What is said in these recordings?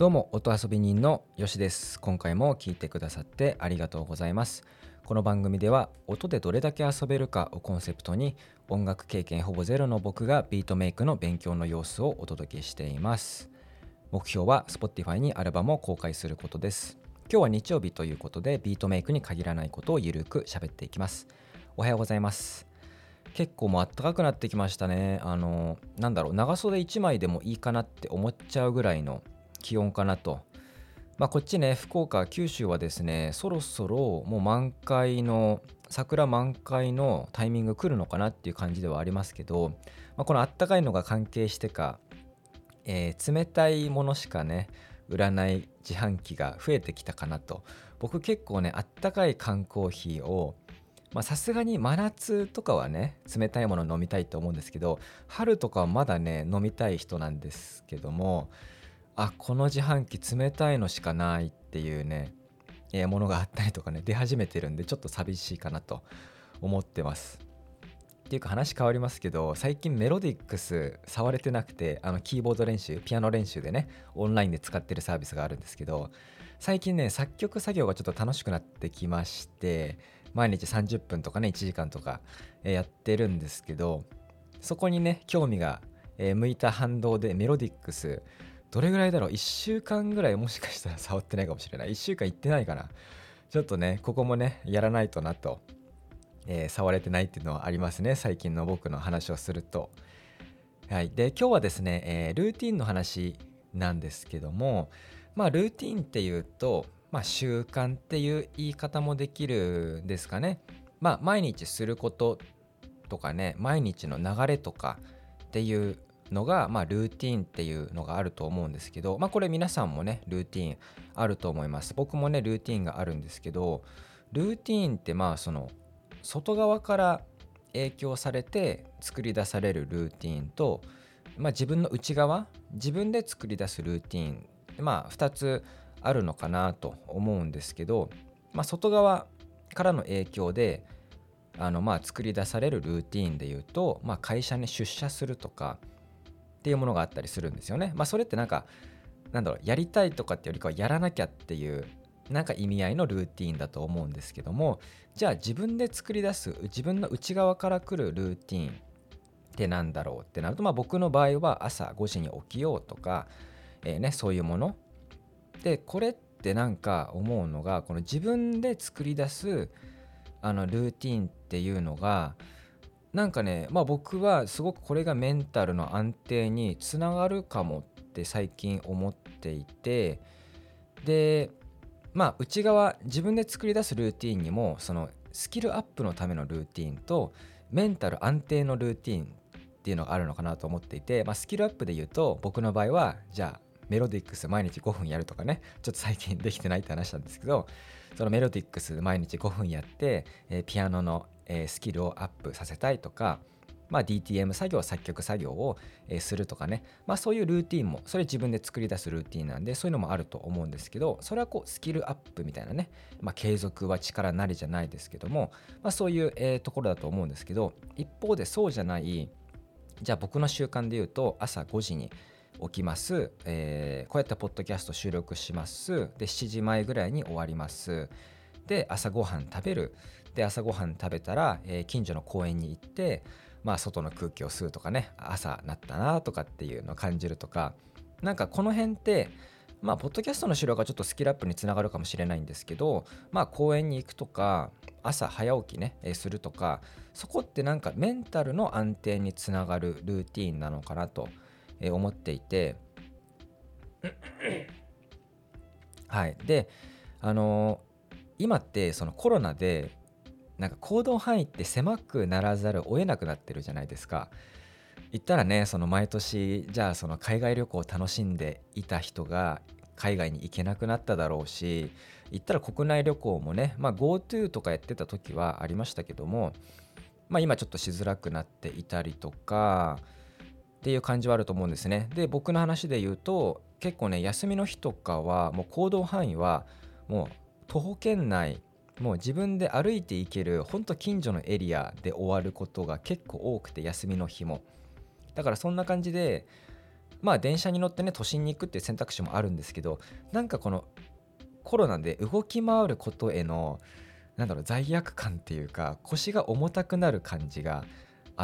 どうも音遊び人のよしです。今回も聞いてくださってありがとうございます。この番組では音でどれだけ遊べるかをコンセプトに、音楽経験ほぼゼロの僕がビートメイクの勉強の様子をお届けしています。目標は Spotify にアルバムを公開することです。今日は日曜日ということで、ビートメイクに限らないことをゆるく喋っていきます。おはようございます。結構もう暖かくなってきましたね。長袖1枚でもいいかなって思っちゃうぐらいの気温かなと。こっちね、福岡、九州はですね、そろそろもう桜満開のタイミング来るのかなっていう感じではありますけど、この暖かいのが関係してか、冷たいものしかね、売らない自販機が増えてきたかなと。僕結構ね、あったかい缶コーヒーを、さすがに真夏とかはね、冷たいもの飲みたいと思うんですけど、春とかはまだね、飲みたい人なんですけども、この自販機冷たいのしかないっていうね、ものがあったりとかね、出始めてるんで、ちょっと寂しいかなと思ってます。っていうか話変わりますけど、最近メロディックス触れてなくて、キーボード練習、ピアノ練習でね、オンラインで使ってるサービスがあるんですけど、最近ね、作曲作業がちょっと楽しくなってきまして、毎日30分とかね、1時間とか、やってるんですけど、そこにね、興味が、向いた反動でメロディックス、どれぐらいだろう、1週間ぐらいもしかしたら触ってないかもしれない。1週間行ってないかな。ちょっとね、ここもね、やらないとなと。触れてないっていうのはありますね、最近の僕の話をすると。はい、で今日はですね、ルーティンの話なんですけども、ルーティンっていうと、習慣っていう言い方もできるんですかね。毎日することとかね、毎日の流れとかっていうのが、ルーティンっていうのがあると思うんですけど、これ皆さんもね、ルーティンあると思います。僕もね、ルーティンがあるんですけど、ルーティンってその外側から影響されて作り出されるルーティンと、自分の内側、自分で作り出すルーティン、2つあるのかなと思うんですけど、外側からの影響で作り出されるルーティンでいうと、会社に出社するとかっていうものがあったりするんですよね。それってやりたいとかってよりかはやらなきゃっていう意味合いのルーティンだと思うんですけども、じゃあ自分で作り出す自分の内側から来るルーティンってなんだろうってなると、僕の場合は朝5時に起きようとか、そういうもので、これって思うのが、この自分で作り出すルーティンっていうのが僕はすごくこれがメンタルの安定につながるかもって最近思っていて、で内側自分で作り出すルーティンにも、そのスキルアップのためのルーティンとメンタル安定のルーティンっていうのがあるのかなと思っていて、スキルアップで言うと、僕の場合はじゃあメロディックス毎日5分やるとかね、ちょっと最近できてないって話なんですけど、そのメロディックス毎日5分やって、ピアノの、スキルをアップさせたいとか、DTM 作業、作曲作業を、するとかね、そういうルーティンも、それ自分で作り出すルーティンなんで、そういうのもあると思うんですけど、それはスキルアップみたいなね、継続は力なりじゃないですけども、そういう、ところだと思うんですけど、一方でそうじゃない、じゃあ僕の習慣で言うと、朝5時に起きます、こうやってポッドキャスト収録します。で7時前ぐらいに終わります。で朝ごはん食べる。で朝ごはん食べたら、近所の公園に行って、外の空気を吸うとかね、朝なったなとかっていうのを感じるとか、この辺ってポッドキャストの資料がちょっとスキルアップにつながるかもしれないんですけど、公園に行くとか朝早起きね、するとか、そこってメンタルの安定につながるルーティーンなのかなと思っていて、はいで今ってそのコロナで行動範囲って狭くならざるを得なくなってるじゃないですか。言ったらね、その毎年じゃあその海外旅行を楽しんでいた人が海外に行けなくなっただろうし、言ったら国内旅行もね、GoTo とかやってた時はありましたけども、今ちょっとしづらくなっていたりとかっていう感じはあると思うんですね。で、僕の話で言うと、結構ね、休みの日とかはもう行動範囲はもう徒歩圏内、もう自分で歩いて行けるほんと近所のエリアで終わることが結構多くて、休みの日もだからそんな感じでまあ電車に乗ってね都心に行くっていう選択肢もあるんですけど、なんかこのコロナで動き回ることへの罪悪感っていうか、腰が重たくなる感じがあって、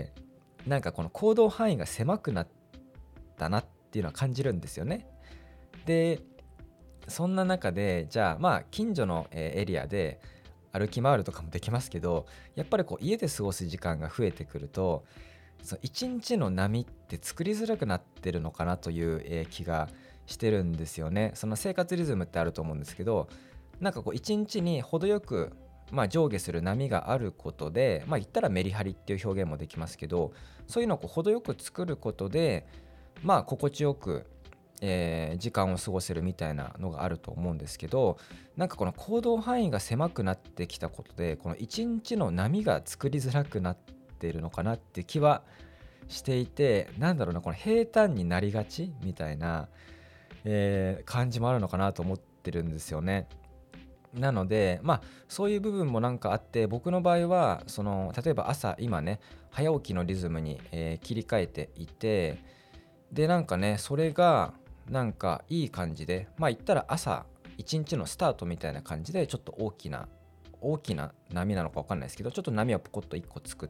なんかこの行動範囲が狭くなったなっていうのは感じるんですよね。でそんな中で、じゃあまあ近所のエリアで歩き回るとかもできますけど、やっぱりこう家で過ごす時間が増えてくると、その一日の波って作りづらくなってるのかなという、気がしてるんですよね。その生活リズムってあると思うんですけど、なんかこう一日に程よく上下する波があることで、言ったらメリハリっていう表現もできますけど、そういうのをこう程よく作ることで心地よく、時間を過ごせるみたいなのがあると思うんですけど、なんかこの行動範囲が狭くなってきたことで、この一日の波が作りづらくなっているのかなって気はしていて、この平坦になりがちみたいな、感じもあるのかなと思ってるんですよね。なのでそういう部分もなんかあって、僕の場合はその例えば朝今ね早起きのリズムに、切り替えていて、でなんかねそれがなんかいい感じで、言ったら朝一日のスタートみたいな感じで、ちょっと大きな波なのか分かんないですけど、ちょっと波をポコッと1個作って、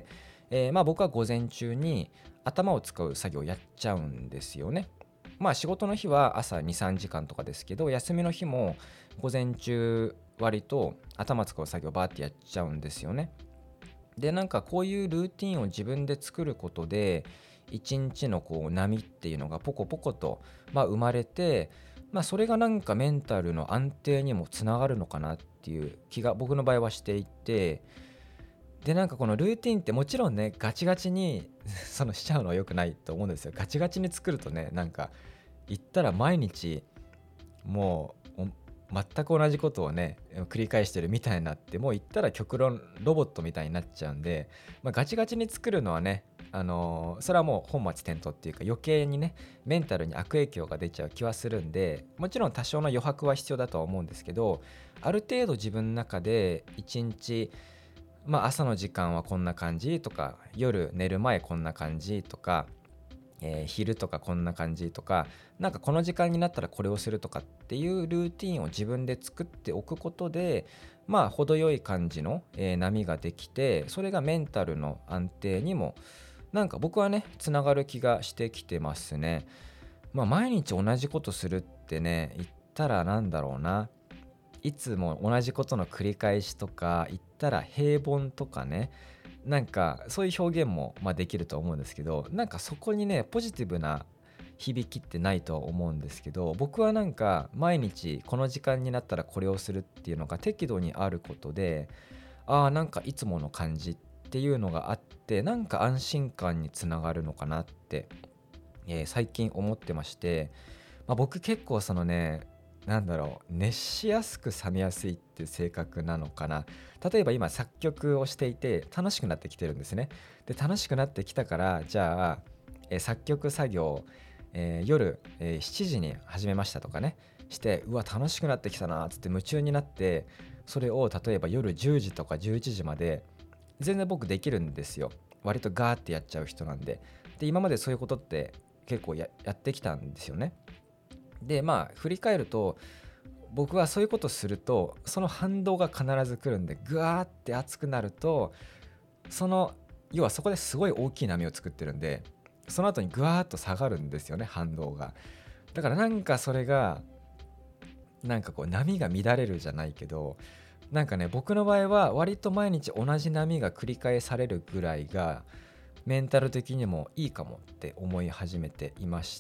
僕は午前中に頭を使う作業をやっちゃうんですよね。仕事の日は朝2、3時間とかですけど、休みの日も午前中割と頭使う作業バーってやっちゃうんですよね。でなんかこういうルーティンを自分で作ることで、一日のこう波っていうのがポコポコと生まれて、それがなんかメンタルの安定にもつながるのかなっていう気が僕の場合はしていて、でなんかこのルーティンってもちろんねガチガチにしちゃうのは良くないと思うんですよ。ガチガチに作るとね、なんか言ったら毎日もう全く同じことをね繰り返してるみたいになって、もう言ったら極論ロボットみたいになっちゃうんで、ガチガチに作るのはね、それはもう本末転倒っていうか、余計にねメンタルに悪影響が出ちゃう気はするんで、もちろん多少の余白は必要だとは思うんですけど、ある程度自分の中で一日、朝の時間はこんな感じとか、夜寝る前こんな感じとか、昼とかこんな感じとか、なんかこの時間になったらこれをするとかっていうルーティンを自分で作っておくことで、程よい感じの、波ができて、それがメンタルの安定にもなんか僕はねつながる気がしてきてますね。毎日同じことするってね言ったらいつも同じことの繰り返しとか、言ったら平凡とかね、なんかそういう表現もできると思うんですけど、なんかそこにねポジティブな響きってないとは思うんですけど、僕はなんか毎日この時間になったらこれをするっていうのが適度にあることで、なんかいつもの感じっていうのがあって、なんか安心感につながるのかなって、最近思ってまして、僕結構熱しやすく冷めやすいっていう性格なのかな。例えば今作曲をしていて楽しくなってきてるんですね。で楽しくなってきたから、じゃあ、作曲作業、夜、7時に始めましたとかねして、うわ楽しくなってきたなっつって夢中になって、それを例えば夜10時とか11時まで全然僕できるんですよ。割とガーってやっちゃう人なんで。で今までそういうことって結構やってきたんですよね。で振り返ると、僕はそういうことするとその反動が必ず来るんで、グワーって熱くなると、要はそこですごい大きい波を作ってるんで、その後にグワーっと下がるんですよね、反動が。だからなんかそれがなんかこう波が乱れるじゃないけど、なんかね僕の場合は割と毎日同じ波が繰り返されるぐらいがメンタル的にもいいかもって思い始めていまして、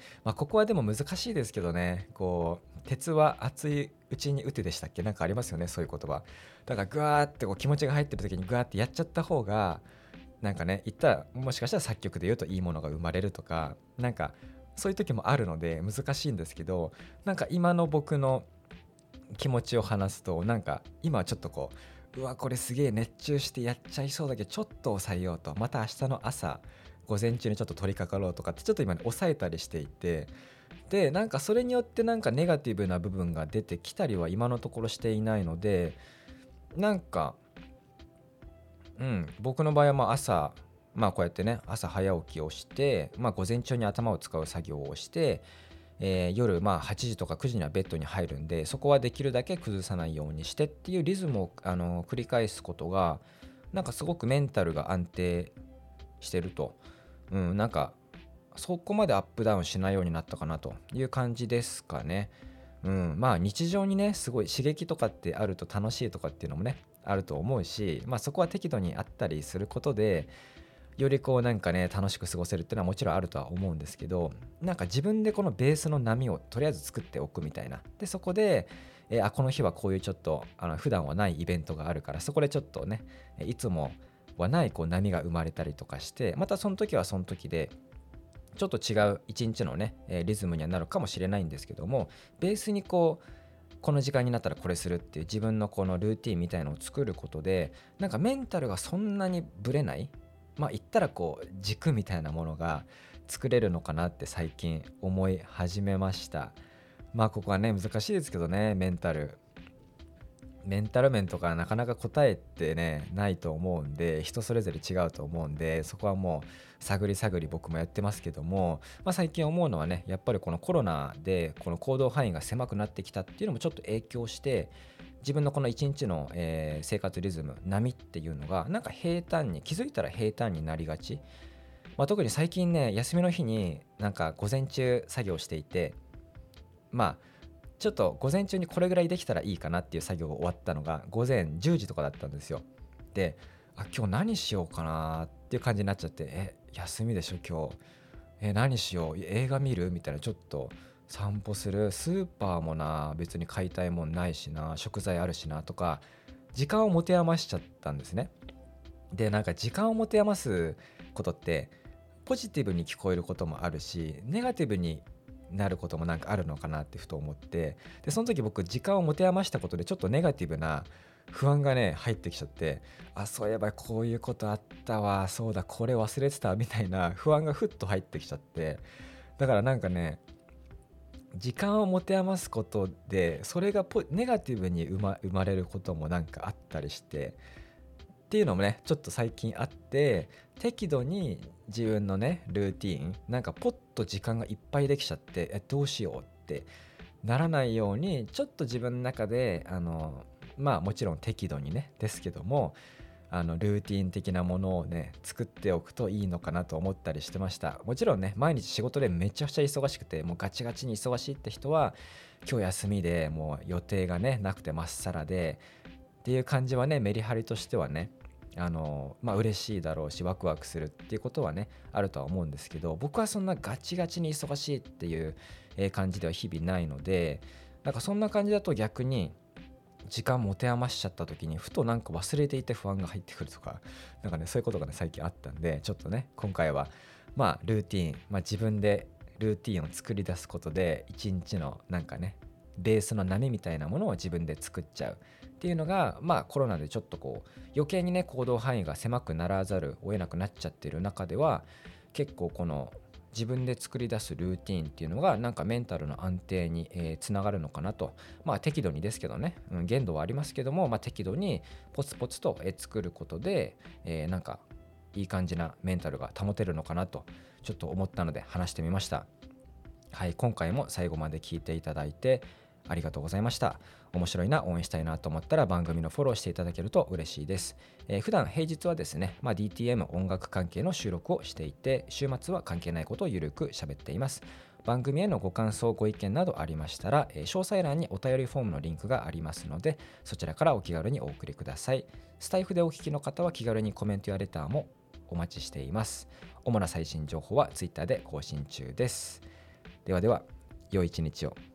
ここはでも難しいですけどね、こう鉄は熱いうちに打てでしたっけ、なんかありますよね、そういう言葉。だからグワーってこう気持ちが入ってる時にグワーってやっちゃった方が、なんかね言ったらもしかしたら作曲で言うといいものが生まれるとか、なんかそういう時もあるので難しいんですけど、なんか今の僕の気持ちを話すと、なんか今はちょっとこうこれすげえ熱中してやっちゃいそうだけどちょっと抑えようと、また明日の朝午前中にちょっと取り掛かろうとかってちょっと今ね抑えたりしていて、でなんかそれによってなんかネガティブな部分が出てきたりは今のところしていないので、なんか僕の場合は朝こうやってね朝早起きをして、午前中に頭を使う作業をして、夜8時とか9時にはベッドに入るんで、そこはできるだけ崩さないようにしてっていうリズムを繰り返すことがなんかすごくメンタルが安定してると、なんかそこまでアップダウンしないようになったかなという感じですかね。日常にねすごい刺激とかってあると楽しいとかっていうのもねあると思うし、そこは適度にあったりすることでよりこうなんかね楽しく過ごせるっていうのはもちろんあるとは思うんですけど、なんか自分でこのベースの波をとりあえず作っておくみたいな。でそこでこの日はこういうちょっと普段はないイベントがあるから、そこでちょっとねいつもはないこう波が生まれたりとかして、またその時はその時でちょっと違う一日のねリズムにはなるかもしれないんですけども、ベースにこの時間になったらこれするっていう自分のこのルーティンみたいのを作ることで、なんかメンタルがそんなにぶれない、言ったらこう軸みたいなものが作れるのかなって最近思い始めました。ここはね難しいですけどね、メンタル面とかなかなか答えってねないと思うんで、人それぞれ違うと思うんで、そこはもう探り探り僕もやってますけども、最近思うのはねやっぱりこのコロナでこの行動範囲が狭くなってきたっていうのもちょっと影響して、自分のこの一日の、生活リズム波っていうのがなんか平坦に気づいたら平坦になりがち、特に最近ね休みの日になんか午前中作業していて、ちょっと午前中にこれぐらいできたらいいかなっていう作業が終わったのが午前10時とかだったんですよ。で、今日何しようかなっていう感じになっちゃって、休みでしょ今日、何しよう、映画見るみたいな、ちょっと散歩する、スーパーもな別に買いたいもんないしな、食材あるしなとか時間を持て余しちゃったんですね。でなんか時間を持て余すことってポジティブに聞こえることもあるし、ネガティブになることもなんかあるのかなってふと思って、でその時僕時間を持て余したことでちょっとネガティブな不安がね入ってきちゃって、そういえばこういうことあったわ、そうだこれ忘れてたみたいな不安がふっと入ってきちゃって、だからなんかね時間を持て余すことでそれがネガティブに生まれることもなんかあったりしてっていうのもねちょっと最近あって、適度に自分のねルーティーンなんかポッと時間がいっぱいできちゃって、どうしようってならないようにちょっと自分の中でもちろん適度にねですけどもルーティーン的なものをね作っておくといいのかなと思ったりしてました。もちろんね毎日仕事でめちゃくちゃ忙しくてもうガチガチに忙しいって人は今日休みでもう予定がねなくてまっさらでっていう感じはねメリハリとしてはね嬉しいだろうしワクワクするっていうことはねあるとは思うんですけど、僕はそんなガチガチに忙しいっていう感じでは日々ないので、なんかそんな感じだと逆に時間持て余しちゃった時にふとなんか忘れていて不安が入ってくるとか、なんかねそういうことがね最近あったんで、ちょっとね今回はルーティーン、自分でルーティーンを作り出すことで一日のなんかねベースの波みたいなものを自分で作っちゃうっていうのがコロナでちょっとこう余計にね行動範囲が狭くならざるを得なくなっちゃっている中では、結構この自分で作り出すルーティーンっていうのがなんかメンタルの安定につながるのかなと。適度にですけどね、限度はありますけども、適度にポツポツと作ることでなんかいい感じなメンタルが保てるのかなとちょっと思ったので話してみました。はい、今回も最後まで聞いていただいてありがとうございました。面白いな、応援したいなと思ったら番組のフォローしていただけると嬉しいです。普段平日はですね、DTM 音楽関係の収録をしていて、週末は関係ないことをゆるく喋っています。番組へのご感想ご意見などありましたら、詳細欄にお便りフォームのリンクがありますので、そちらからお気軽にお送りください。スタイフでお聞きの方は気軽にコメントやレターもお待ちしています。主な最新情報は Twitter で更新中です。ではでは、良い一日を。